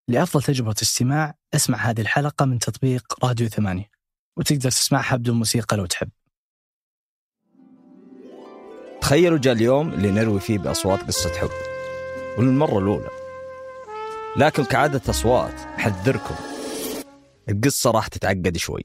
لأفضل تجربة استماع اسمع هذه الحلقة من تطبيق راديو 8، وتقدر تسمعها بدون موسيقى لو تحب. تخيلوا جاء اليوم اللي نروي فيه بأصوات قصة حب وللمرة الأولى، لكن كعادة أصوات أحذركم القصة راح تتعقد شوي.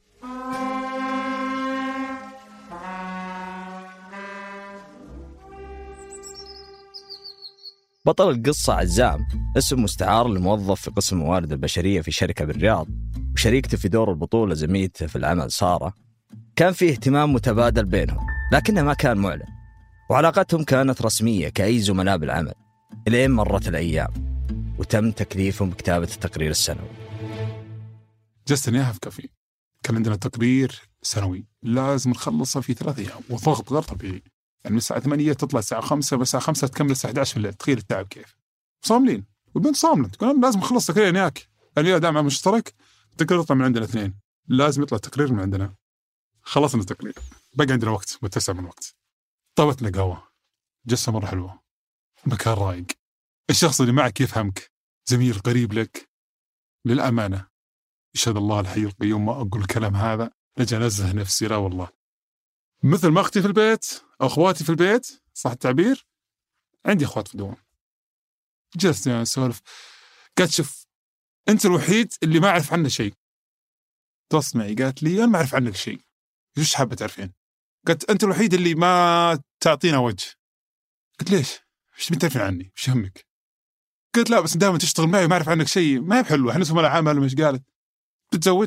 بطل القصة عزام، اسم مستعار لموظف في قسم الموارد البشرية في شركة بالرياض، وشريكته في دور البطولة زميلته في العمل سارة. كان فيه اهتمام متبادل بينهم، لكنه ما كان معلن، وعلاقتهم كانت رسمية كأي زملاء بالعمل، إلين مرت الأيام وتم تكليفهم بكتابة التقرير السنوي. جلسنا إياها في كافي، كان عندنا تقرير سنوي لازم نخلصه في 3 أيام، وضغط غير طبيعي. يعني من الساعة 8 تطلع الساعة 5، بس الساعة 5 تكمل الساعة 11 في الليل. تخيل التعب كيف. صاملين والبنت صاملة، تقول لازم نخلص تقرير هناك. أنا دائما مشترك، التقرير يطلع من عندنا 2، لازم يطلع التقرير من عندنا. خلصنا التقرير، بقى عندنا وقت متسع من وقت. طبتنا قهوة، جلسة مرة حلوة، مكان رايق، الشخص اللي معك يفهمك، زميل قريب لك. للأمانة يشهد الله الحي القيوم ما أقول الكلام هذا نجي أنزه نفسي، لا والله. مثل ما أختي في البيت أو أخواتي في البيت، صح التعبير، عندي أخوات في الدوام. جلسنا نسولف، قالت شوف أنت الوحيد اللي ما أعرف عنه شيء. تصمعي، قالت لي أنا ما أعرف عنك شيء، إيش حابة تعرفين؟ قالت أنت الوحيد اللي ما تعطينا وجه. قلت ليش؟ إيش بتعرفين عني؟ إيش همك؟ قلت لا بس دائما تشتغل معي وما أعرف عنك شيء، ما هي بحلوة، إحنا زملاء عمل. ومش قالت تتزوج؟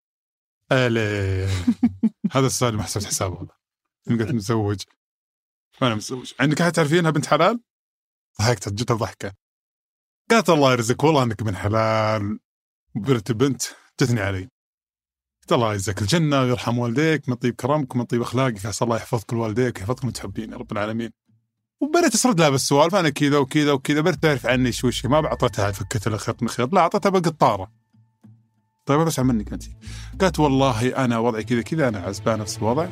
هذا السؤال ما حسبت حسابه والله. قلت متزوج، أنا متزوج. عندك أحد تعرفينها بنت حلال؟ ضحكت جدا ضحكة. قالت الله يرزقك والله أنك من حلال، وبرت بنت تثني علي. قلت الله يجزاك الجنة ويرحم والديك، من طيب كرمك ومن طيب أخلاقك، عسى الله يحفظك الوالديك ويحفظكم متحبين يا رب العالمين. وبدأت أسرد لها بالسؤال، فأنا كذا وكذا وكذا. بدأت تعرف عني شوي، ما بعطتها فكت لها خيط من خيط، لا أعطتها بقطارة. طيب بس منك أنت؟ قالت والله أنا وضعي كذا كذا، أنا عزبان نفس الوضع.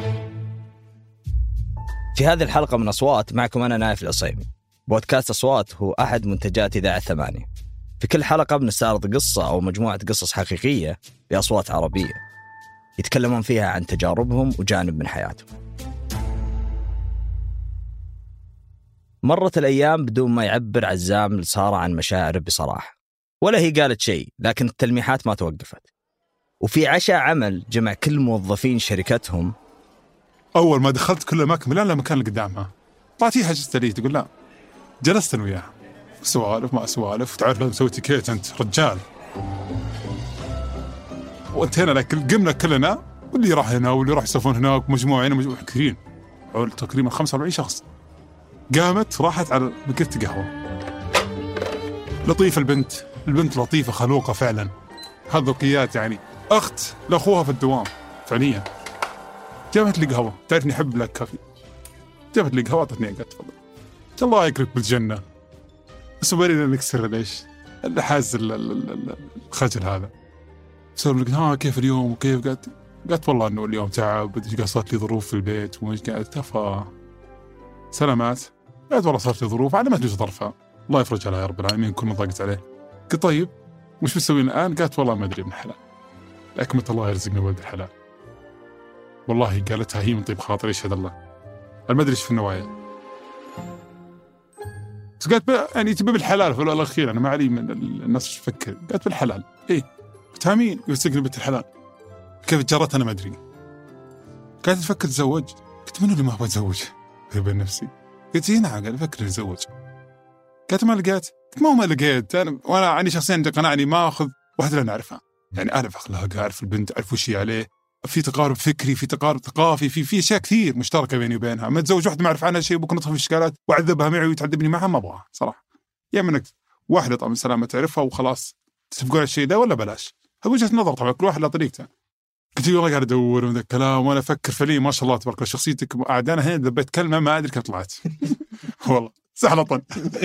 في هذه الحلقة من أصوات معكم أنا نايف العصيمي. بودكاست أصوات هو أحد منتجات إذاعة 8. في كل حلقة بنستعرض قصة أو مجموعة قصص حقيقية بأصوات عربية يتكلمون فيها عن تجاربهم وجانب من حياتهم. مرت الأيام بدون ما يعبر عزام لسارة عن مشاعره بصراحة، ولا هي قالت شيء، لكن التلميحات ما توقفت. وفي عشاء عمل جمع كل موظفين شركتهم، أول ما دخلت كل ما كمل لا مكان اللي قدامها. طلعتي حجزت لي، تقول لا. جلست أنا وياها، سوالف ما سوالف، تعرف لازم تسوي تيكيت، أنت رجال. وانتهينا، لكن قمنا كلنا، واللي راح هنا واللي راح يسافون هناك، مجموعة هنا مجموعة كثيرين، تقريبا 45 شخص. قامت راحت على بكت قهوة. لطيفة البنت لطيفة خلوقة فعلا، هذوقيات يعني، أخت لأخوها في الدوام فعليا. جابت لي قهوة، تعرفني أحب بلاك كافي. جابت لي قهوة، أعطتني، قالت تفضل. الله يكرمك بالجنة، بس برينا نكسر ليش اللي حاز الخجل هذا. سألوا لك ها كيف اليوم وكيف؟ قالت والله إنه اليوم تعب، صارت لي ظروف في البيت ومش قالت تفا سلامات. قالت والله صارت لي ظروف على ما تجوز ظرفها، الله يفرج عليها يا رب العالمين، كل ما ضاقت عليه. قلت طيب وش بتسوين الآن؟ قالت والله ما أدري من حلال، لكن متى الله يرزقني ولد الحلال. والله قالتها هي من طيب خاطر، يشهد الله، أنا ما أدري إيش في النوايا. قالت يعني تبي بالحلال في الأخير، أنا ما علي من الناس تفكر. قالت بالحلال إيه؟ قلت مين يرزقني بنت الحلال؟ كيف جرت أنا ما أدري. قالت تفكر تتزوج؟ قلت منو اللي ما أبغى أتزوج بين نفسي؟ قلت هنا قال أفكر أتزوج. قالت ما لقيت؟ قلت ما لقيت أنا، وأنا عندي شخصيا عندي قناعني ما أخذ واحدة لا نعرفها، يعني أعرف أخلاقها، أعرف البنت، أعرف وش هي عليه، في تقارب فكري، في تقارب ثقافي، في أشياء كثير مشتركة بيني وبينها. ما أتزوج واحدة ما أعرف عنها شيء وبكون ندخل في إشكالات وأعذبها معي ويتعذبني معها، ما أبغاها صراحة. يا منك واحدة طبعا سلامة تعرفها وخلاص تتفقون على الشيء ده، ولا بلاش. هذا وجهة نظر طبعا، كل واحد له طريقته. قلت والله قاعد أدور من ذا الكلام وأنا أفكر فلي، ما شاء الله تبارك الله شخصيتك أعدانا هنا، دبيت كلمة ما أدري كيف طلعت. والله زحلطا.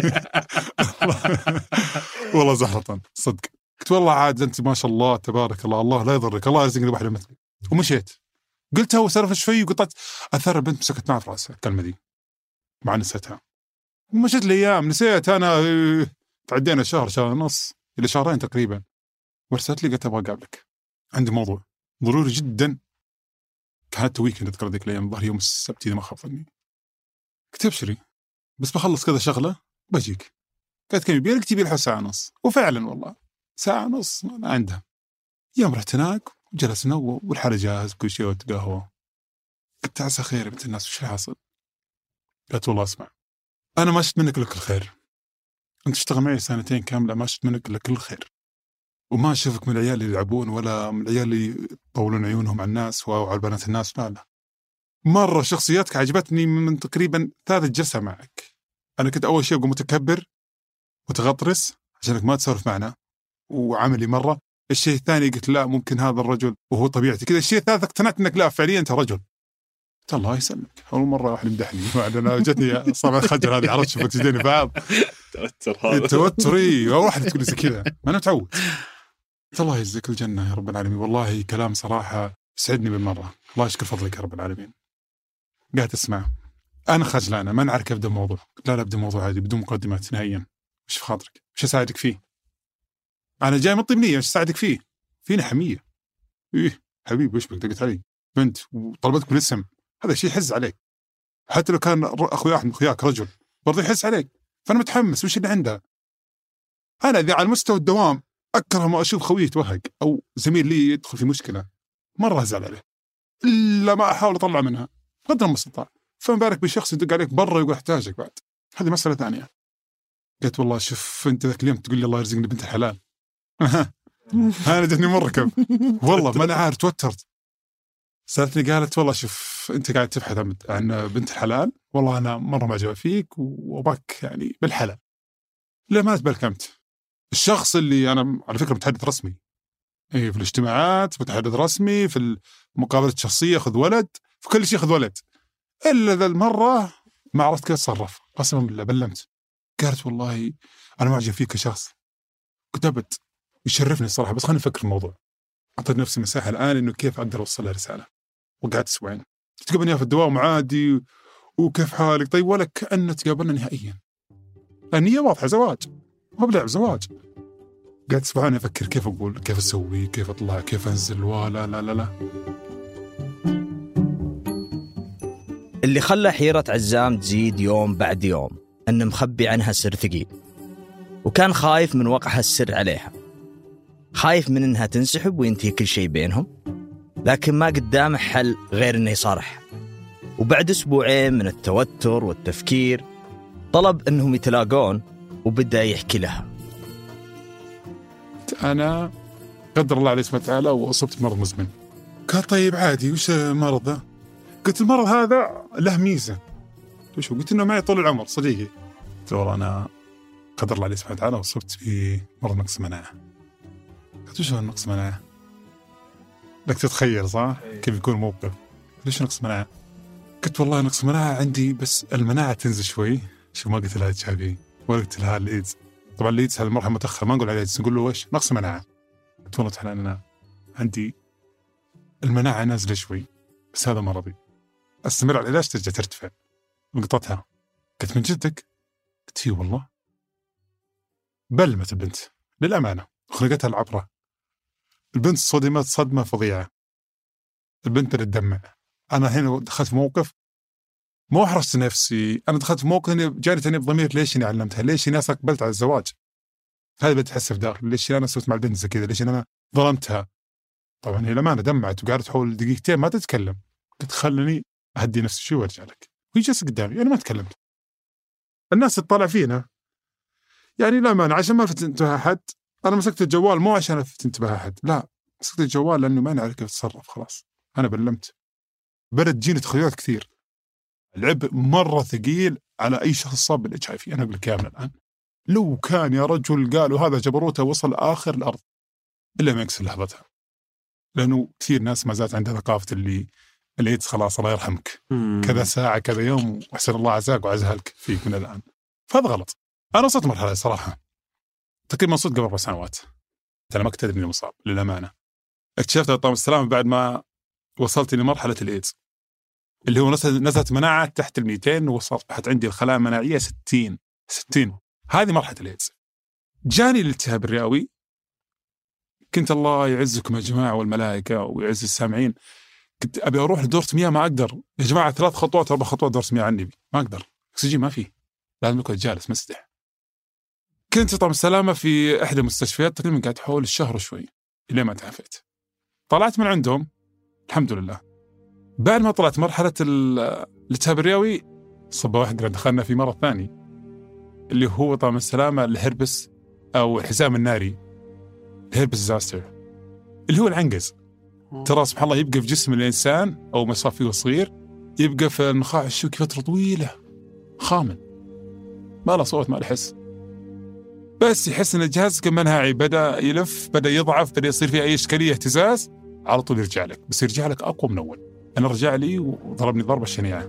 والله زحلطا صدق. قلت والله عاد أنت ما شاء الله تبارك الله، الله لا يضرك، الله يرزقني بواحدة مثلك. ومشيت. قلتها وسرفت شوي وقطعت أثر البنت مسكت معها في رأسها الكلمة دي، مع نسيتها. ومشيت الأيام، نسيت أنا. تعدينا شهر ونص، إلى شهرين تقريبا، ورسلت لي قلت أبغى أقابلك، عندي موضوع ضروري جدا. كانت ويكند أذكر ذيك الأيام، ظهر يوم السبت إذا ما خاب ظني. قلت أبشري بس بخلص كذا شغلة بجيك. قالت كم يبيلك؟ تبي لها ساعة ونص. وفعلا والله ساعة ونص أنا عندها. يوم رحت هناك وجلسنا والحالة جاهز كل شيء وتقهوى. قلت عسى خير يا بنت الناس، وش حاصل؟ قالت والله اسمع، أنا ما شفت منك لك الخير، أنت تشتغل معي 2 سنين كاملة ما شفت منك لك الخير، وما أشوفك من العيال اللي يلعبون ولا من العيال اللي يطولون عيونهم على الناس وعلى بنات الناس. لا مرة شخصياتك عجبتني من تقريبا 3 جلسة معك. أنا كنت أول شيء أقوم متكبر وتغطرس عشانك ما تسولف معنا وعملي مرة. الشيء الثاني قلت لا ممكن هذا الرجل وهو طبيعتي كذا. الشيء الثالث اقتنعت أنك لا فعليا أنت رجل. قلت الله يسلمك. أول مرة واحد يمدحني وعندنا جتني صابع خجل هذه، عرفت شوفت تجيني بعض توتري واحد تقول زي كذا ما أنا متعود. قلت الله يجزيك الجنة يا رب العالمين، والله كلام صراحة يسعدني بالمرة، الله يشكر فضلك يا رب العالمين. قاعد أسمع أنا خجلانة ما نعرف كيف أبدأ الموضوع. لا أبدأ الموضوع عادي بدون مقدمات نهائيا. وش في خاطرك؟ وش أساعدك فيه؟ أنا جاي من طيبنية، وش أساعدك فيه؟ فينا حمية. إيه حبيبي وش بك دقت علي بنت وطلبتك بالاسم، هذا شيء يحز عليك. حتى لو كان أخوي واحد من أخوياك رجل برضه يحس عليك. فأنا متحمس وش اللي عندها. أنا إذا على مستوى الدوام أكره ما أشوف خوي يتوهق أو زميل لي يدخل في مشكلة مرة أزعل عليه، إلا ما أحاول أطلع منها قدر المستطاع. فما بالك بشخص يدق عليك برا يقول احتاجك بعد، هذه مسألة ثانية. قلت والله شوف أنت ذاك اليوم تقول لي الله يرزقني بنت الحلال أنا جتني مركب والله ما أنا عارف توترت. سألتني قالت والله شوف أنت قاعد تبحث عن بنت الحلال، والله أنا مرة معجبة فيك وباك يعني بالحلال. لا ما تبلكمت. الشخص اللي أنا على فكرة متحدث رسمي في الاجتماعات، متحدث رسمي في المقابلة الشخصية، خذ ولد في كل شيء، خذ ولد، إلا ذا المرة ما عرفت كيف أتصرف قسما بالله بلمت. قالت والله أنا معجب فيك كشخص. كتبت يشرفني الصراحة بس خليني أفكر في الموضوع. أعطيت نفسي مساحة الآن إنه كيف أقدر أوصل لها رسالة. وقعدت أسبوعين تقابلني في الدوام عادي وكيف حالك طيب، ولا كأنه تقابلنا نهائيا. النية واضحة، زواج ما بلعب زواج. قاعد أسبوعين أفكر كيف أقول، كيف أسوي، كيف أطلع، كيف أنزل، ولا لا لا لا. اللي خلى حيرة عزام تزيد يوم بعد يوم أنه مخبي عنها سر ثقيل، وكان خايف من وقع السر عليها، خايف من أنها تنسحب وينتهي كل شيء بينهم، لكن ما قدامه حل غير أنه يصارحها. وبعد أسبوعين من التوتر والتفكير طلب أنهم يتلاقون وبدأ يحكي لها. أنا قدر الله عليه سبحانه وتعالى وأصبت بمرض مزمن. قال طيب عادي وش المرض ده؟ قلت المرض هذا له ميزة. وش قلت إنه معي طول العمر صديقي. قلت والله أنا قدر الله عليه سبحانه وتعالى وأصبت بمرض نقص مناعة. قلت وش هو النقص مناعة؟ لك تتخيل صح؟ كيف يكون الموقف؟ ليش نقص مناعة؟ قلت والله نقص مناعة عندي بس المناعة تنزل شوي. شو ما قلت لها HIV ولا قلت لها الإيدز. طبعا الإيدز هذا مرحلة متأخرة، ما نقول عليه إيدز، نقول له وش نقص مناعة. قلت والله تعالى أنا عندي المناعة نازلة شوي بس هذا مرضي، أستمر على العلاج ترجع ترتفع. نقطتها. قلت من جدك؟ قلت والله. بلمت البنت للأمانة وخلقتها العبرة. البنت صدمت صدمة فظيعة. البنت بدأت تدمع. أنا هنا دخلت في موقف مو أحرجت نفسي، أنا دخلت في موقف إني جاني تاني بضمير ليش إني علمتها، ليش إني أقبلت على الزواج. هذا بتحس في داخل ليش أنا سويت مع البنت زي كذا، ليش أنا ظلمتها. طبعا هي لما دمعت وقعدت حول دقيقتين ما تتكلم. قلت خلني أهدي نفسي شوي وارجع لك. وهي جالسة قدامي أنا ما تكلمت. الناس تطلع فينا يعني لا مانع عشان ما لفت انتباه أحد. أنا مسكت الجوال مو عشان لفت انتباه أحد، لا مسكت الجوال لأنه ما نعرف كيف أتصرف. خلاص أنا بلمت. بدأت تجيني تخيلات كثير. العبء مرة ثقيل على أي شخص صاب بالHIV. أنا أقول لك يا من الآن لو كان يا رجل قالوا هذا جبروته وصل آخر الأرض إلا ما يكسر لحظتها، لأنه كثير ناس ما زالت عندها ثقافة اللي خلاص الله يرحمك كذا ساعة كذا يوم وأحسن الله عزاك وعزهلك فيك من الآن. فهذا غلط. أنا وصلت مرحلة صراحة تقريبا وصلت قبل 4 سنوات. أنا ما كنت أدري إني مصاب للأمانة. اكتشفت طبعا السلامة بعد ما وصلت لمرحلة الإيدز اللي هو نزلت مناعة تحت 200 وصلت عندي الخلايا المناعية 60. هذه مرحلة الإيدز. جاني الالتهاب الرئوي، كنت الله يعزكم يا جماعة والملائكة ويعز السامعين، كنت أبي أروح لدورة مياه ما أقدر يا جماعة، 3 خطوات 4 خطوات دورة مياه عني ما أقدر، أكسجين ما فيه، لازم أكون جالس مسدح. كنت طبعا السلامة في إحدى المستشفيات تقريبا قاعد حول الشهر وشوي إلى ما تعافيت. طلعت من عندهم الحمد لله. بعد ما طلعت مرحلة الالتهاب الرئوي صبة واحدة دخلنا في مرض ثاني اللي هو طبعا السلامة الهربس أو الحزام الناري، الهربس زاستر، اللي هو العنقز. ترى سبحان الله يبقى في جسم الإنسان أو مصافيه صغير، يبقى في النخاع الشوكي فترة طويلة خامل، ما له صوت ما له حس، بس يحس أن الجهاز المناعي بدأ يلف، بدأ يضعف، بدأ يصير فيه أي إشكالية اهتزاز، على طول يرجع لك، بس يرجع لك أقوى من أول. أنا رجع لي وضربني ضربة شنيعة.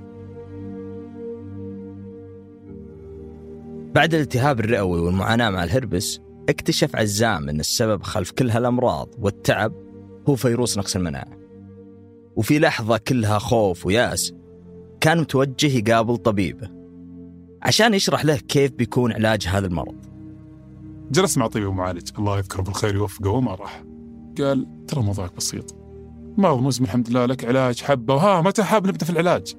بعد الالتهاب الرئوي والمعاناة مع الهربس، اكتشف عزام أن السبب خلف كل هالأمراض والتعب هو فيروس نقص المناعة. وفي لحظة كلها خوف ويأس كان متوجه يقابل طبيبه عشان يشرح له كيف بيكون علاج هذا المرض. جلس مع طبيب ومعالج الله يذكره بالخير يوفقه وما راح. قال ترى موضوعك بسيط، مرض مزمن الحمد لله، لك علاج حبة وها متى حاب نبدأ في العلاج.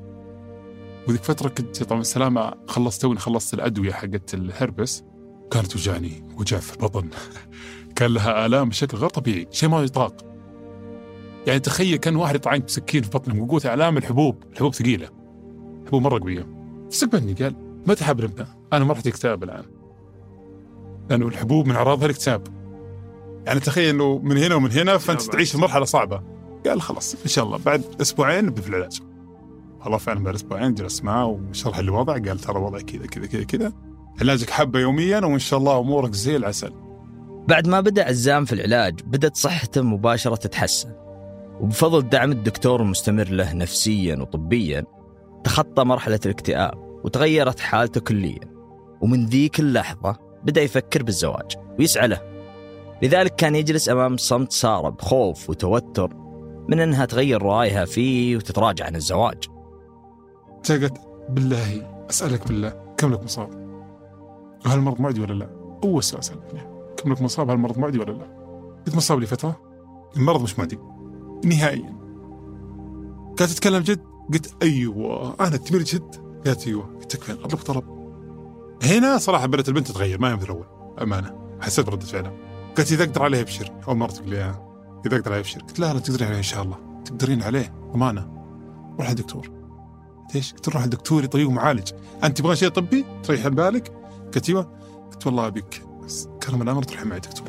وذيك فترة كنت طبعا السلامة خلصت الأدوية حقت الهربس، كانت وجعني وجع في البطن كان لها آلام بشكل غير طبيعي، شيء ما يطاق. يعني تخيل كان واحد يطعنك بسكين في بطنه من قوة آلام الحبوب ثقيلة، حبوب مرة قوية. استقبلني قال متى حاب نبدأ؟ أنا مرحت اكتئاب الآن، لأنه الحبوب من أعراضها الاكتئاب. يعني تخيل إنه من هنا ومن هنا فأنت تعيش في مرحلة صعبة. قال خلاص إن شاء الله بعد أسبوعين نبدأ في العلاج. والله فعلا بعد أسبوعين جلس معه وشرح لي الوضع، قال ترى وضعك كذا كذا كذا كذا، علاجك حبة يوميا وإن شاء الله أمورك زي العسل. بعد ما بدأ عزام في العلاج بدأت صحته مباشرة تتحسن، وبفضل دعم الدكتور المستمر له نفسيا وطبيا تخطى مرحلة الاكتئاب وتغيرت حالته كليا. ومن ذيك اللحظة بدأ يفكر بالزواج ويسعى له، لذلك كان يجلس أمام صمت سارة بخوف وتوتر من أنها تغير رأيها فيه وتتراجع عن الزواج. قلت بالله أسألك بالله كم لك مصاب؟ وهل المرض معدي ولا لا؟ أول سؤال أسألك كم لك مصاب؟ هل المرض معدي ولا لا؟ قلت مصاب لي فترة، المرض مش معدي نهائيا. كانت تتكلم جد، قلت أيوة أنا أتمر جد. قالت أيوة، قلت تكفين أطلب طلب. هنا صراحة بدأت البنت تتغير، ما يمثل أول أمانة، حسيت بردة فعلها. قالت إذا أقدر عليه ابشر، أول مرة تقول لي إذا أقدر عليه ابشر. قلت لا تقدرين عليه إن شاء الله، تقدرين عليه أمانة، روح للدكتور. ليش؟ قلت روح للدكتور يطيب معالج، أنت تبغى شيء طبي تريح بالك؟ قلت أيوة. قلت والله أبيك كرم الأمر تروح معي دكتور.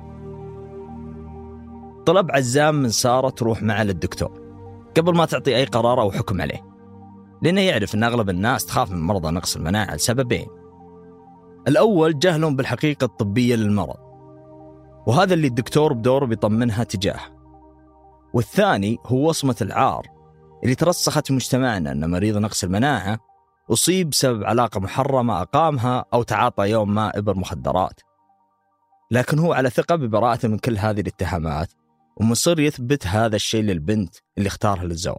طلب عزام من سارة تروح معه للدكتور قبل ما تعطي أي قرار أو حكم عليه، لأنه يعرف أن أغلب الناس تخاف من مرضى نقص المناعة لسببين: الأول جهلهم بالحقيقة الطبية للمرض، وهذا اللي الدكتور بدوره بيطمنها تجاهه، والثاني هو وصمة العار اللي ترسخت في مجتمعنا أن مريض نقص المناعة أصيب بسبب علاقة محرمة أقامها أو تعاطى يوم ما إبر مخدرات. لكن هو على ثقة ببراءته من كل هذه الاتهامات ومصر يثبت هذا الشيء للبنت اللي اختارها للزواج.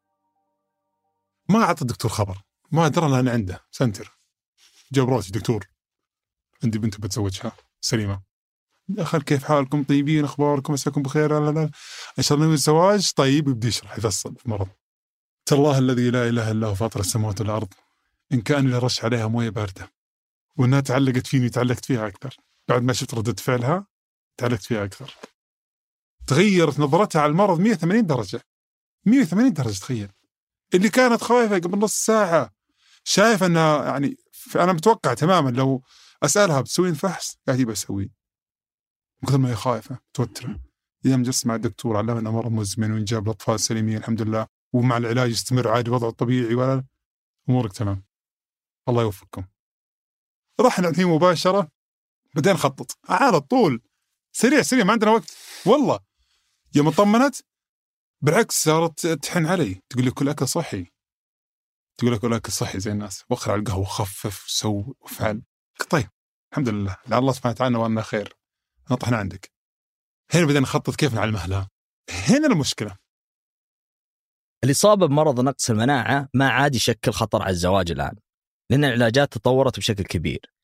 ما أعطى الدكتور خبر، ما أدرى أنا عنده سنتر، جاب راسي دكتور عندي بنت بتزوجها سليمة، دخل كيف حالكم طيبين أخباركم مساكم بخير، لا إن شاء الله الزواج طيب، يبدي يشرح يفصل في مرض. الله الذي لا إله إلا هو فاطر السماوات والأرض إن كان لي رش عليها موية باردة، وإنها تعلقت فيني تعلقت فيها أكثر. بعد ما شفت ردة فعلها تعلقت فيها أكثر، تغيرت نظرتها على المرض 180 درجة 180 درجة. تخيل اللي كانت خايفة قبل نص ساعة شايفة أنها يعني أنا متوقع تماما لو أسألها بتسوين فحص قاعد يبقى أسوي، مثل ما هي خايفة توترة. يوم جلست مع الدكتور علمنا مرض مزمن وإنجاب الأطفال سليمين الحمد لله، ومع العلاج يستمر عادي وضعه الطبيعي ولا أمورك تمام. الله يوفقكم. رحنا الحين مباشرة بدأنا نخطط على طول سريع ما عندنا وقت والله. يوم طمنت بالعكس صارت تحن علي، تقول لي كل أكل صحي، تقول لك كل أكل صحي زي الناس، وأخر على القهوة خفف وسوي وفعل. طيب الحمد لله لعل الله سبحانه وتعالى وأنا خير، نطحنا عندك. هنا بدأنا نخطط كيف نعلمها لها. هنا المشكلة، الإصابة بمرض نقص المناعة ما عاد يشكل خطر على الزواج الآن، لأن العلاجات تطورت بشكل كبير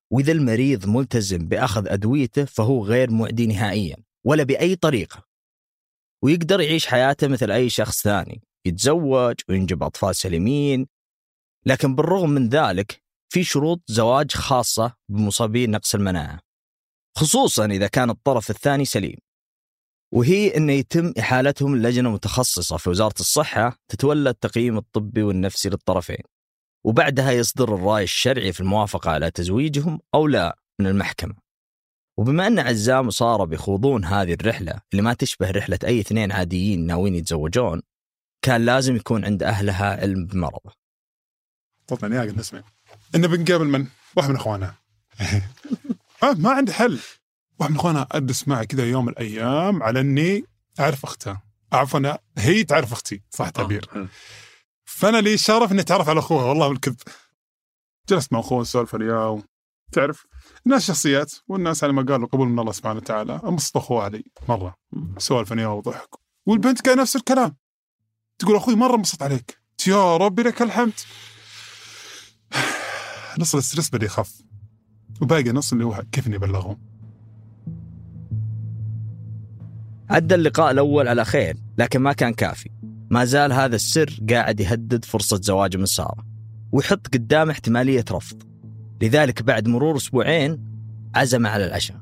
وإذا المريض ملتزم بأخذ أدويته فهو غير معدي نهائيا ولا بأي طريقة، ويقدر يعيش حياته مثل أي شخص ثاني، يتزوج وينجب أطفال سليمين. لكن بالرغم من ذلك في شروط زواج خاصة بمصابي نقص المناعة، خصوصا إذا كان الطرف الثاني سليم، وهي أن يتم إحالتهم لجنة متخصصة في وزارة الصحة تتولى التقييم الطبي والنفسي للطرفين، وبعدها يصدر الرأي الشرعي في الموافقة على تزويجهم أو لا من المحكمة. وبما أن عزام وسارة بيخوضون هذه الرحلة اللي ما تشبه رحلة أي اثنين عاديين ناويين يتزوجون، كان لازم يكون عند أهلها علم بمرضه. طبعا يا قد نسمع إنه بنقابل من واحد من أخوانها ما عندي حل. واحد من أخوانها أدرس معي كذا يوم من الأيام على إني أعرف أختها، عفوا هي تعرف أختي صح تعبير. فأنا لي شرف إني أتعرف على أخوها، والله بالكذب. جلست مع أخوه سولف اليوم، تعرف الناس شخصيات، والناس على ما قالوا قبول من الله سبحانه وتعالى. انبسط أخوه علي مرة، سولف اليوم وضحك، والبنت كان نفس الكلام، تقول أخوي مرة انبسط عليك، يا ربي لك الحمد. نص الستريس بدي يخف، وباقي نص اللي هو كيف نبلغهم. عدى اللقاء الأول على خير، لكن ما كان كافي. ما زال هذا السر قاعد يهدد فرصة زواجه من سارة، ويحط قدامه احتمالية رفض. لذلك بعد مرور أسبوعين عزم على العشاء.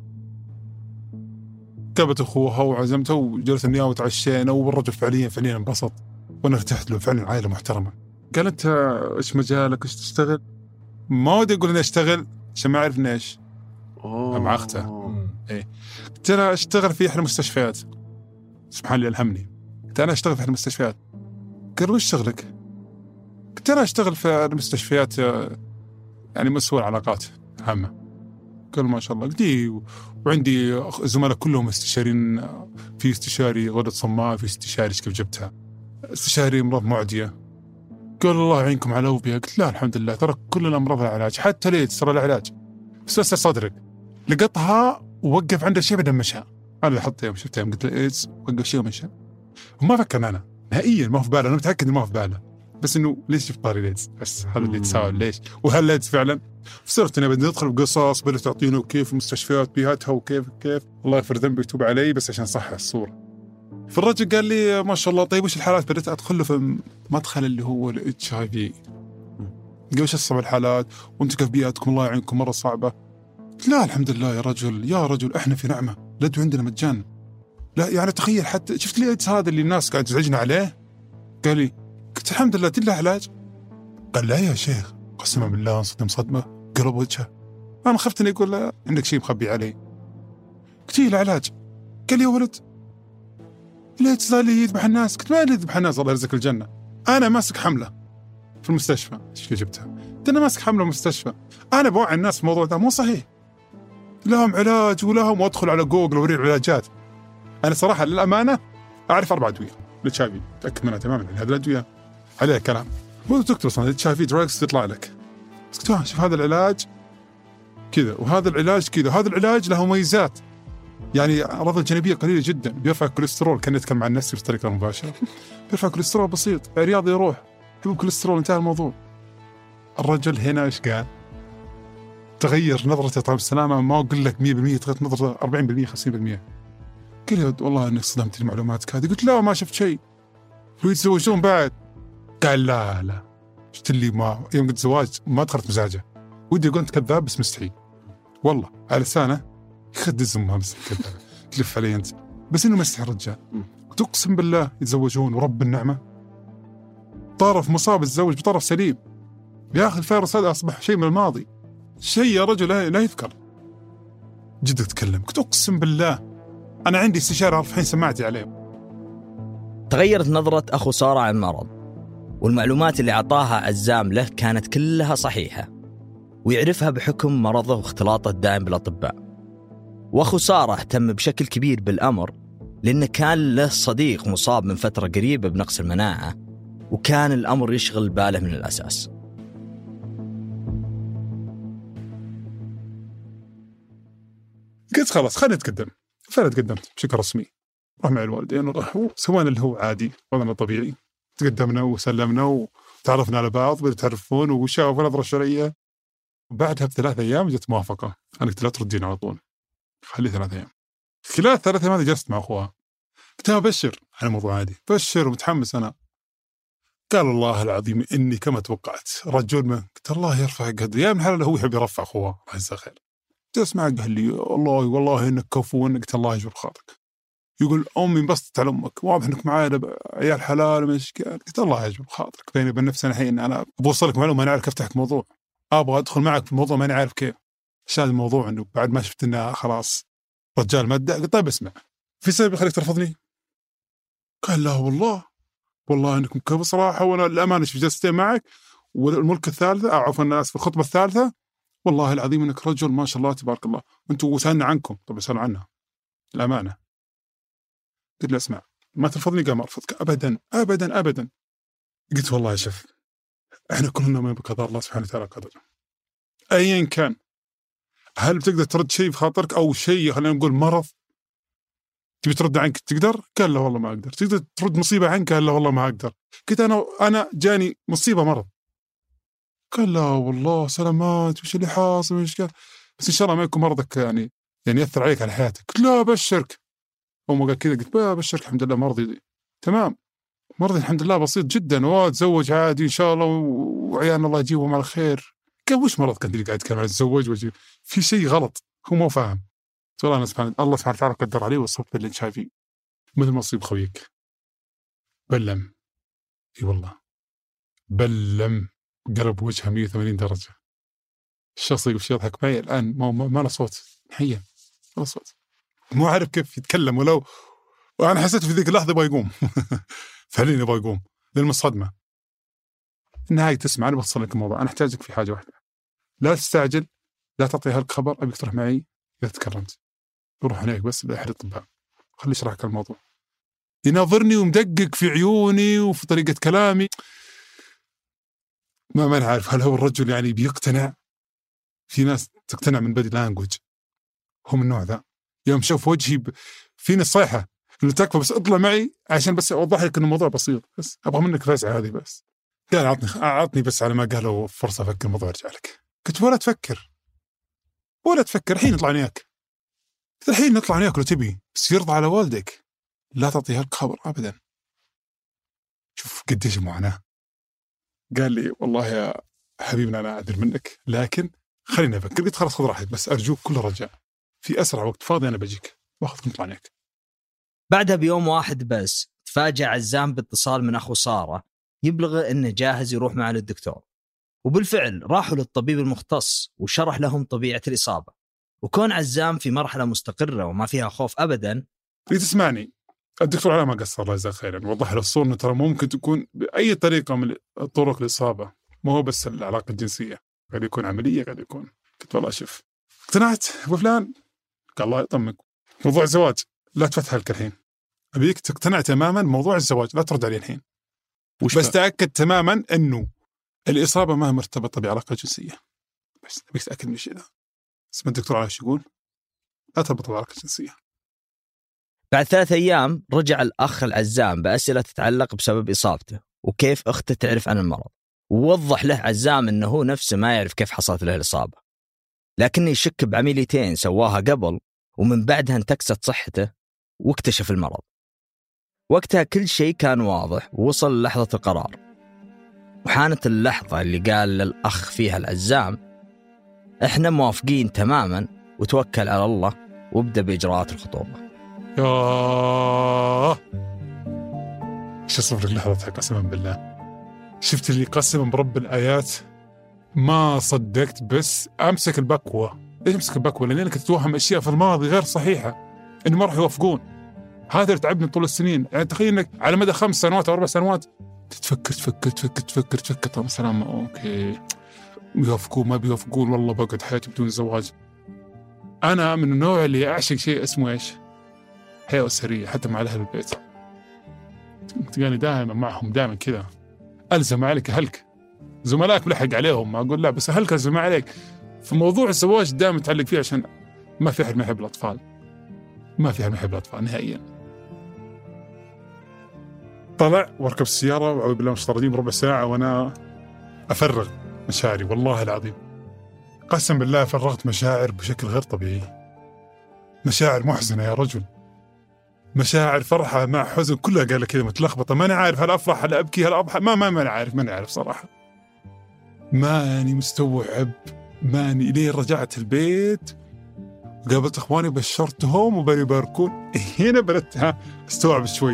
قابلت أخوها وعزمته وجلسنا وياه وتعشينا، والرجل فعليا انبسط، وأنا ارتحت له، فعلا عائلة محترمة. قالت إيش مجالك، إيش تشتغل؟ ما ودي أقول إني أشتغل عشان ما أعرف إيش. مع أختها إيه. قلت لها أشتغل في إحدى المستشفيات. سبحان الله ألهمني، قلت أنا أشتغل في إحدى المستشفيات. قال وش شغلك؟ قلت أنا أشتغل في المستشفيات، يعني مسؤول علاقات عامة. قال ما شاء الله. قلت وعندي زملاء كلهم استشارين، في استشاري غدة صماء، في استشاري كيف جبتها، استشاري أمراض معدية. قال الله يعينكم على وبيها. قلت لا الحمد لله، ترى كل الأمراض العلاج، حتى ليت ترى العلاج، بس وسع صدرك. لقطها ووقف عند الشيء بدل مشى. أنا اللي حطه يوم شفته يوم قلت له إيدز، وقف شيء ومشى. وما فكرنا أنا نهائيا، ما في باله، أنا متأكد إنه ما في باله، بس إنه ليش في طاري ليدز، بس هذا اللي تساوي ليش، وهل ليدز فعلا. فصرت أنا بدي ندخل بقصص، بدي تعطينه وكيف المستشفيات بيهاتها وكيف الله يغفر ذنبي ويتوب علي، بس عشان صحح الصورة. فالرجل قال لي ما شاء الله طيب وش الحالات، بدأت أدخل له في مدخل اللي هو الاتش اي في. قال وش أصعب الحالات وأنتم كيف بيئتكم الله يعينكم مرة صعبة. لا الحمد لله يا رجل إحنا في نعمة، لدو عندنا مجان. لا يعني تخيل، حتى شفت لي هذا اللي الناس قاعد تزعجنا عليه. قال لي قلت الحمد لله تلا علاج. قال لا يا شيخ قسما بالله انصدم صدمة قلب وجهه. أنا خفت إني يقول لا عندك شيء مخبي علي. قلت له العلاج. قال لي يا ولد ليه تصال لي يذبح الناس؟ قلت ما اللي يذبح الناس الله يرزق الجنة، أنا ماسك حملة في المستشفى. إيش جبتها؟ قلت أنا ماسك حملة في المستشفى، أنا بوعي الناس في الموضوع ده مو صحيح، لهم علاج ولهم، وأدخل على جوجل وأوري العلاجات. أنا صراحة للأمانة أعرف 4 أدوية للشافي، تأكد منها تماما هذه الأدوية عليها كلام، هو دكتور صنع الشافي دراجز تطلع لك. بس قلت شوف هذا العلاج كذا وهذا العلاج كذا، وهذا العلاج له مميزات، يعني أعراض الجانبية قليلة جدا، بيرفع الكوليسترول، كان يتكلم مع النفس بطريقة مباشرة، بيرفع الكوليسترول بسيط، رياضي يروح يجيب الكوليسترول، انتهى الموضوع. الرجل هنا إيش قال؟ تغير نظرته طيب السلامة، ما أقول لك 100%، تغير نظرته 40% 50%. قال لي والله إنك صدمت المعلومات هذه. قلت لا ما شفت شيء. ويتزوجون بعد؟ قال لا شفت اللي ما يوم قلت زواج ما دخلت مزاجه، ودي أقول أنت كذاب بس مستحيل والله على لسانه يخد الزمها بس كذاب تلف علي أنت، بس إنه مستحيل الرجال. تقسم بالله يتزوجون ورب النعمة، طرف مصاب الزوج بطرف سليم، يا أخي الفيروس هذا أصبح شيء من الماضي، شيء يا رجل لا يذكر. جدك تكلم، كنت أقسم بالله أنا عندي استشارة رافعين سماعتي عليه. تغيرت نظرة أخو سارة عن المرض، والمعلومات اللي أعطاها عزام له كانت كلها صحيحة، ويعرفها بحكم مرضه واختلاطه الدائم بالأطباء. وأخو سارة اهتم بشكل كبير بالأمر، لأنه كان له صديق مصاب من فترة قريبة بنقص المناعة، وكان الأمر يشغل باله من الأساس. قلت خلاص خلينا نتقدم. فأنا تقدمت بشكل رسمي، رحنا مع الوالدين وراحوا سوينا اللي هو عادي وضعنا طبيعي، تقدمنا وسلمنا وتعرفنا على بعض، بدأوا يتعرفون وشافوا نظرة شرعية بعدها ب3 أيام جت موافقة أنك لا تردين على طول، خلي 3 أيام. خلال 3 أيام جلست مع أخوها، قلت لها بشر على موضوع عادي، بشر ومتحمس أنا. قال الله العظيم إني كما توقعت رجل ما قلت الله يرفع قدره يا ابن الحلال، هو يحب يرفع أخوه الله يجزاه خير. جلس معه قال لي والله إنك كفو، إنك قلت الله يجبر خاطرك. يقول أمي انبسطت على أمك، واضح إنك معايا عيال حلال ومش قلت الله يجبر خاطرك. بيني وبين نفسي أنا الحين أنا بوصلك معلومة ما نعرف كيف تحكي موضوع، أبغى أدخل معك في الموضوع ما نعرف كيف. شاد الموضوع إنه بعد ما شفت إنه خلاص رجال مادة. قلت طيب اسمع، في سبب يخليك ترفضني؟ قال لا والله انكم كفو صراحه، وانا الامانه في جلستين معك والملك الثالثه او عفوا الناس في الخطبه الثالثه، والله العظيم انك رجل ما شاء الله تبارك الله، وانتم وسالنا عنكم. طب اسالوا عنها الامانه. قلت له اسمع، ما ترفضني؟ قال ما ارفضك ابدا ابدا ابدا. قلت والله يا شيخ احنا كلنا ما بقدر الله سبحانه وتعالى قدر ايا كان. هل بتقدر ترد شيء في خاطرك او شيء خلينا نقول مرض تبي ترد عنك تقدر؟ قال لا والله ما أقدر. تقدر ترد مصيبة عنك؟ قال لا والله ما أقدر. قلت أنا جاني مصيبة مرض. قال لا والله سلامات، وش اللي حاصل وش قال؟ بس إن شاء الله ما يكون مرضك يعني يأثر عليك على حياتك. قلت لا بشرك. أمه قال كذا، قلت بشرك الحمد لله مرضي تمام، مرضي الحمد لله بسيط جدا، وأتزوج عادي إن شاء الله وعيالنا الله يجيبهم على خير. قال وش مرضك اللي قاعد يتكلم عن الزواج وجيب؟ في شيء غلط هو مو فاهم. والله أنا الله سبحانه وتعالى قدر عليه وصفت اللي انت شايفيه مثل ما تصيب خويك. بلم اي والله بلم، قلب وجهه 180 درجة. الشخص يضحك معي الآن ما له صوت حيا، ما له صوت، مو عارف كيف يتكلم. وأنا حسيت في ذيك اللحظة يبغى يقوم فعليا يبغى يقوم لأن الصدمة. النهاية تسمع، أنا بوصل لك الموضوع، أنا أحتاجك في حاجة واحدة، لا تستعجل، لا تعطي هالخبر، أبيك تروح معي إذا تكرمت، روح هناك بس لأحد الأطباء خلي يشرح الموضوع. يناظرني ومدقق في عيوني وفي طريقة كلامي، ما نعرف هل هو الرجل يعني بيقتنع. في ناس تقتنع من بدي لانجوج، هم النوع ذا. يوم شوف وجهي في نصيحة إنه تكفى بس اطلع معي عشان بس أوضح لك إنه الموضوع بسيط، بس أبغى منك رجعة هذه بس. قال أعطني بس على ما قالوا فرصة أفكر الموضوع أرجع لك. قلت ولا تفكر الحين نطلع نياك، الحين نطلع نياك لو تبي، بس يرضى على والدك لا تعطيها الخبر أبدا. شوف قديش معاناة. قال لي والله يا حبيبنا أنا أعذر منك لكن خلينا أفكر. قلت خلاص خذ راحتك بس أرجوك كل رجاء في أسرع وقت فاضي أنا بجيك واخذك نطلع نياك. بعدها بيوم واحد بس تفاجأ عزام باتصال من أخو سارة يبلغ إنه جاهز يروح معه للدكتور، وبالفعل راحوا للطبيب المختص وشرح لهم طبيعة الإصابة. وكون عزام في مرحلة مستقرة وما فيها خوف أبدا. تسمعني، الدكتور على ما قصر الله يجزاه خيرا، وضح له الصورة إنه ترى ممكن تكون بأي طريقة من طرق الإصابة، ما هو بس العلاقة الجنسية، قد يكون عملية قد يكون. قلت والله شوف اقتنعت أبو فلان؟ قال الله يطمك، موضوع الزواج لا تفتح لك الحين، أبيك تقتنع تماما موضوع الزواج لا ترد عليه الحين، بس تأكد تماما إنه الإصابة ما هي مرتبطة بعلاقة جنسية، بس أبيك تأكد من الشيء ده. اسم الدكتور على شو يقول؟ لا تربط بعلاقة جنسية. بعد 3 أيام رجع الأخ العزام بأسئلة تتعلق بسبب إصابته وكيف أخته تعرف عن المرض، ووضح له عزام أنه هو نفسه ما يعرف كيف حصلت له الإصابة، لكنه يشك بعمليتين سواها قبل ومن بعدها انتكست صحته واكتشف المرض. وقتها كل شيء كان واضح ووصل لحظة القرار، وحانت اللحظة اللي قال للأخ فيها العزام إحنا موافقين تماما وتوكل على الله وابدأ بإجراءات الخطوبة. ياه ايش اصف لك لحظتها قسما بالله. شفت اللي قسما برب الآيات ما صدقت، بس امسك البكوة. ليش امسك البكوة؟ لأني كنت اتوهم اشياء في الماضي غير صحيحة انه ما راح يوافقون. هذا اللي تعبني طول السنين. يعني تخيل انك على مدى 5 سنوات او 4 سنوات تفكر طب سلام اوكي بيوافقون ما بيوافقون، والله بقعد حياتي بدون زواج. انا من النوع اللي اعشق شيء اسمه ايش؟ حياة أسرية حتى مع أهل البيت. تلقاني دائما معهم دائما كذا، ألزم عليك هلك زملائك بلحق عليهم، ما أقول لا بس هلك ألزم عليك. في موضوع الزواج دائما تعلق فيه عشان ما في أحد ما يحب الأطفال، ما في أحد ما يحب الأطفال نهائيا. طلع واركب السيارة وأعوذ بالله من الشيطان الرجيم ربع ساعة وأنا أفرغ مشاعري والله العظيم. قسم بالله فرغت مشاعر بشكل غير طبيعي، مشاعر محزنة يا رجل، مشاعر فرحة مع حزن كلها قال كذا متلخبطة، ماني عارف هل أفرح هل أبكي هل أضحك، ماني عارف صراحة، ماني مستوعب، ماني. ليه رجعت البيت قابلت أخواني بشرتهم وبني يباركون، هنا بدأت استوعب شوي.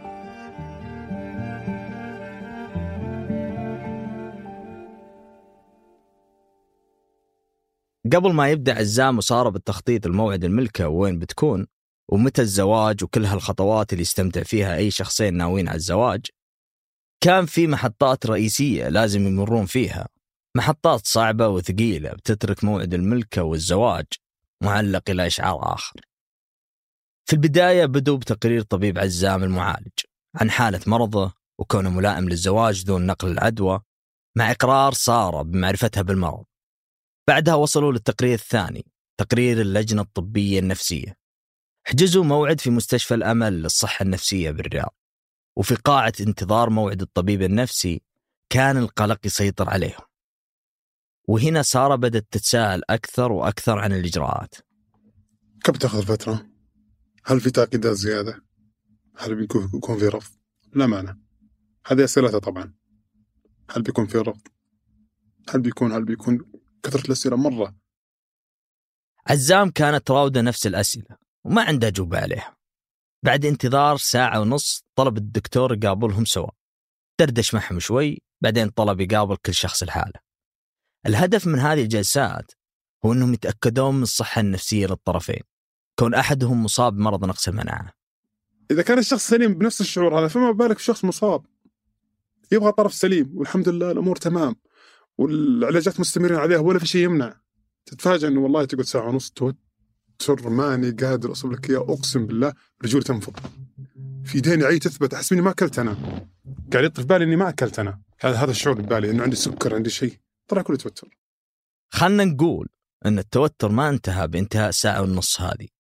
قبل ما يبدأ عزام وسارة بالتخطيط الموعد الملكة وين بتكون ومتى الزواج وكل هالخطوات اللي يستمتع فيها أي شخصين ناويين على الزواج، كان في محطات رئيسية لازم يمرون فيها، محطات صعبة وثقيلة بتترك موعد الملكة والزواج معلق إلى إشعار آخر. في البداية بدوا بتقرير طبيب عزام المعالج عن حالة مرضه وكونه ملائم للزواج دون نقل العدوى، مع إقرار سارة بمعرفتها بالمرض. بعدها وصلوا للتقرير الثاني، تقرير اللجنة الطبية النفسية. حجزوا موعد في مستشفى الأمل للصحة النفسية بالرياض، وفي قاعة انتظار موعد الطبيب النفسي كان القلق يسيطر عليهم. وهنا سارة بدأت تتساءل أكثر وأكثر عن الإجراءات. كم تأخذ الفترة؟ هل في تعقيدات زيادة؟ هل بيكون في رفض؟ لا مانع، هذه أسئلتها طبعا. هل بيكون في رفض؟ هل بيكون كثرة الأسئلة مرة. عزام كانت تراوده نفس الأسئلة وما عنده جواب عليها. بعد انتظار 1.5 ساعة طلب الدكتور يقابلهم سوا، دردش معهم شوي، بعدين طلب يقابل كل شخص الحالة. الهدف من هذه الجلسات هو أنهم يتأكدون من الصحة النفسية للطرفين، كون أحدهم مصاب بمرض نقص المناعة. إذا كان الشخص سليم بنفس الشعور هذا، فما بالك بشخص مصاب يبغى طرف سليم والحمد لله الأمور تمام والعلاجات مستمرين عليها ولا في شيء يمنع، تتفاجأ إنه والله تقعد 1.5 ساعة توتر ماني قادر أوصل لك إياه، أقسم بالله رجولي تنفض، في يديني عي تثبت، أحس إني ما أكلت أنا، قاعد يطفي بالي إني ما أكلت أنا، هذا الشعور ببالي إنه عندي سكر عندي شيء، طلع كله توتر. خلنا نقول أن التوتر ما انتهى بانتهاء 1.5 ساعة هذه.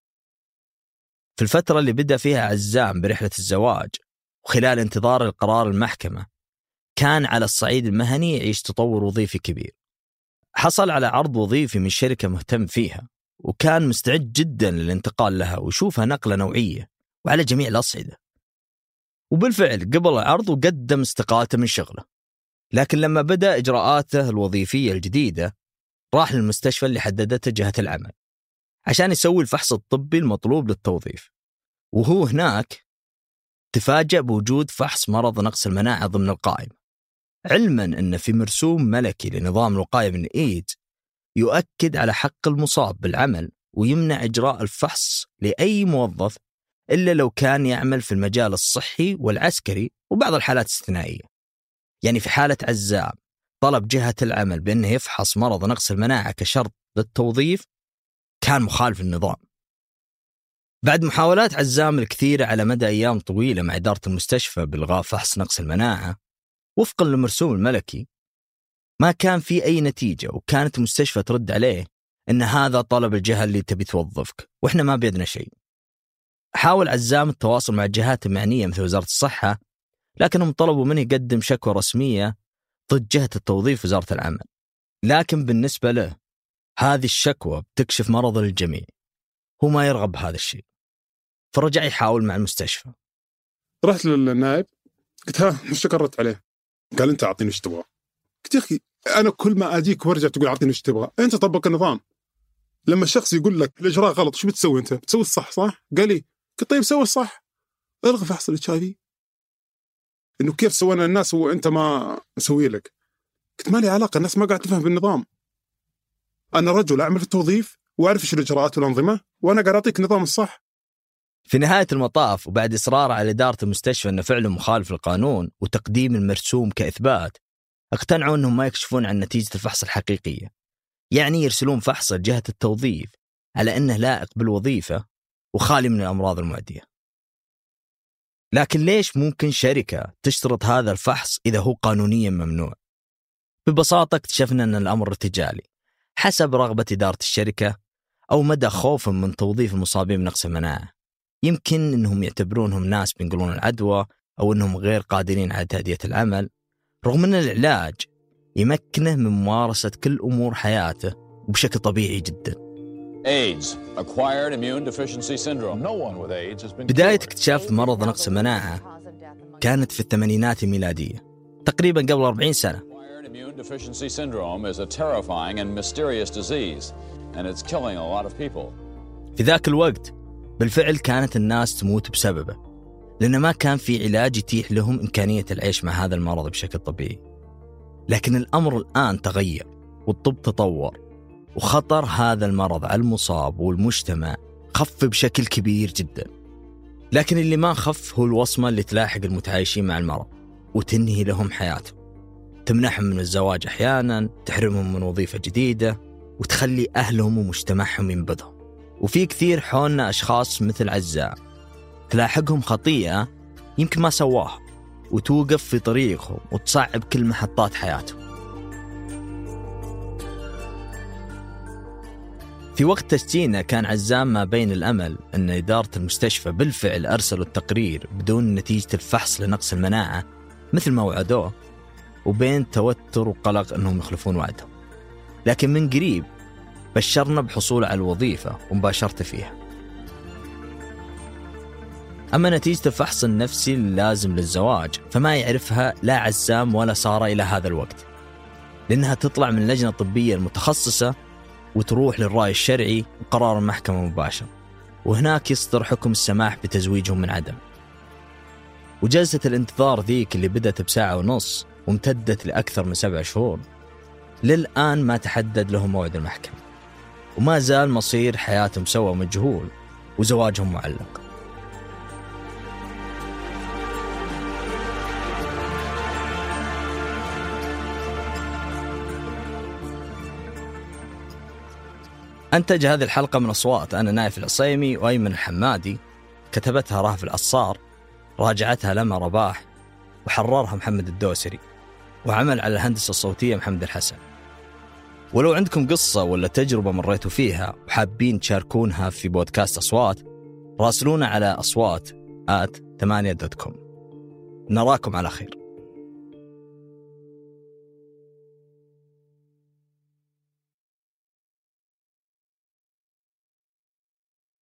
في الفترة اللي بدأ فيها عزام برحلة الزواج وخلال انتظار القرار المحكمة، كان على الصعيد المهني يعيش تطور وظيفي كبير. حصل على عرض وظيفي من شركة مهتم فيها، وكان مستعد جدا للانتقال لها ويشوفها نقلة نوعية وعلى جميع الأصعدة. وبالفعل قبل العرض وقدم استقالته من شغله. لكن لما بدأ إجراءاته الوظيفية الجديدة، راح للمستشفى اللي حددته جهة العمل عشان يسوي الفحص الطبي المطلوب للتوظيف. وهو هناك تفاجأ بوجود فحص مرض نقص المناعة ضمن القائمة، علما أن في مرسوم ملكي لنظام الوقاية من الإيدز يؤكد على حق المصاب بالعمل ويمنع إجراء الفحص لأي موظف إلا لو كان يعمل في المجال الصحي والعسكري وبعض الحالات استثنائية. يعني في حالة عزام طلب جهة العمل بأنه يفحص مرض نقص المناعة كشرط للتوظيف، كان مخالف النظام. بعد محاولات عزام الكثيرة على مدى أيام طويلة مع إدارة المستشفى بإلغاء فحص نقص المناعة وفقا للمرسوم الملكي، ما كان في أي نتيجة، وكانت المستشفى ترد عليه أن هذا طلب الجهة اللي تبي توظفك وإحنا ما بيدنا شيء. حاول عزام التواصل مع الجهات المعنية مثل وزارة الصحة، لكنهم طلبوا منه يقدم شكوى رسمية ضد جهة التوظيف وزارة العمل، لكن بالنسبة له هذه الشكوى بتكشف مرض للجميع، هو ما يرغب بهذا الشيء. فرجع يحاول مع المستشفى. رحت للنائب قلت ها مش قررت عليه، قال أنت أعطيني إيش تبغى. قلت يا أخي أنا كل ما أجيك وارجع تقول أعطيني إيش تبغى، أنت طبق النظام. لما الشخص يقول لك الإجراء غلط شو بتسوي أنت؟ بتسوي الصح صح؟ قال لي قلت طيب سوي الصح، ألغي فحص الHIV. إنه كيف سوينا الناس وأنت ما مسوي لك؟ قلت ما لي علاقة، الناس ما قاعد تفهم بالنظام. أنا رجل أعمل في التوظيف وأعرف إيش الإجراءات والأنظمة، وأنا قاعد أعطيك النظام الصح. في نهاية المطاف وبعد إصرار على إدارة المستشفى أنه فعله مخالف للقانون وتقديم المرسوم كإثبات، اقتنعوا أنهم ما يكشفون عن نتيجة الفحص الحقيقية، يعني يرسلون فحص جهة التوظيف على أنه لائق بالوظيفة وخالي من الأمراض المعدية. لكن ليش ممكن شركة تشترط هذا الفحص إذا هو قانونيا ممنوع؟ ببساطة اكتشفنا أن الأمر ارتجالي حسب رغبة إدارة الشركة أو مدى خوفهم من توظيف المصابين بنقص المناعة. يمكن أنهم يعتبرونهم ناس بينقلون العدوى أو أنهم غير قادرين على تأدية العمل، رغم أن العلاج يمكنه من ممارسة كل أمور حياته وبشكل طبيعي جدا. AIDS, acquired immune deficiency syndrome. No one with AIDS has been بداية اكتشاف مرض نقص المناعة كانت في الثمانينات الميلادية، تقريبا قبل 40 سنة. Acquired immune deficiency syndrome is a terrifying and mysterious disease, and it's killing a lot of people. في ذاك الوقت بالفعل كانت الناس تموت بسببه، لأن ما كان في علاج يتيح لهم إمكانية العيش مع هذا المرض بشكل طبيعي. لكن الأمر الآن تغير والطب تطور، وخطر هذا المرض على المصاب والمجتمع خف بشكل كبير جدا. لكن اللي ما خف هو الوصمة اللي تلاحق المتعايشين مع المرض وتنهي لهم حياتهم، تمنحهم من الزواج أحيانا، تحرمهم من وظيفة جديدة، وتخلي أهلهم ومجتمعهم ينبذهم. وفي كثير حولنا أشخاص مثل عزام تلاحقهم خطيئة يمكن ما سواها، وتوقف في طريقهم وتصعب كل محطات حياتهم. في وقت تسجيلنا كان عزام ما بين الأمل أن إدارة المستشفى بالفعل أرسلوا التقرير بدون نتيجة الفحص لنقص المناعة مثل ما وعدوه، وبين توتر وقلق أنهم يخلفون وعدهم. لكن من قريب بشرنا بحصول على الوظيفة ومباشرة فيها. أما نتيجة الفحص النفسي اللازم للزواج فما يعرفها لا عزام ولا سارة إلى هذا الوقت، لأنها تطلع من اللجنة الطبية المتخصصة وتروح للرأي الشرعي وقرار المحكمة مباشر، وهناك يصدر حكم السماح بتزويجهم من عدم. وجلسة الانتظار ذيك اللي بدأت بساعة ونص وامتدت لأكثر من 7 شهور للآن ما تحدد لهم موعد المحكمة، وما زال مصير حياتهم سوا مجهول وزواجهم معلق. أنتج هذه الحلقة من أصوات أنا نايف العصيمي وأيمن الحمادي، كتبتها رهف العصار، راجعتها لما رباح، وحررها محمد الدوسري، وعمل على الهندسة الصوتية محمد الحسن. ولو عندكم قصة ولا تجربة مريتوا فيها وحابين تشاركونها في بودكاست أصوات، راسلونا على أصوات@8.com. نراكم على خير.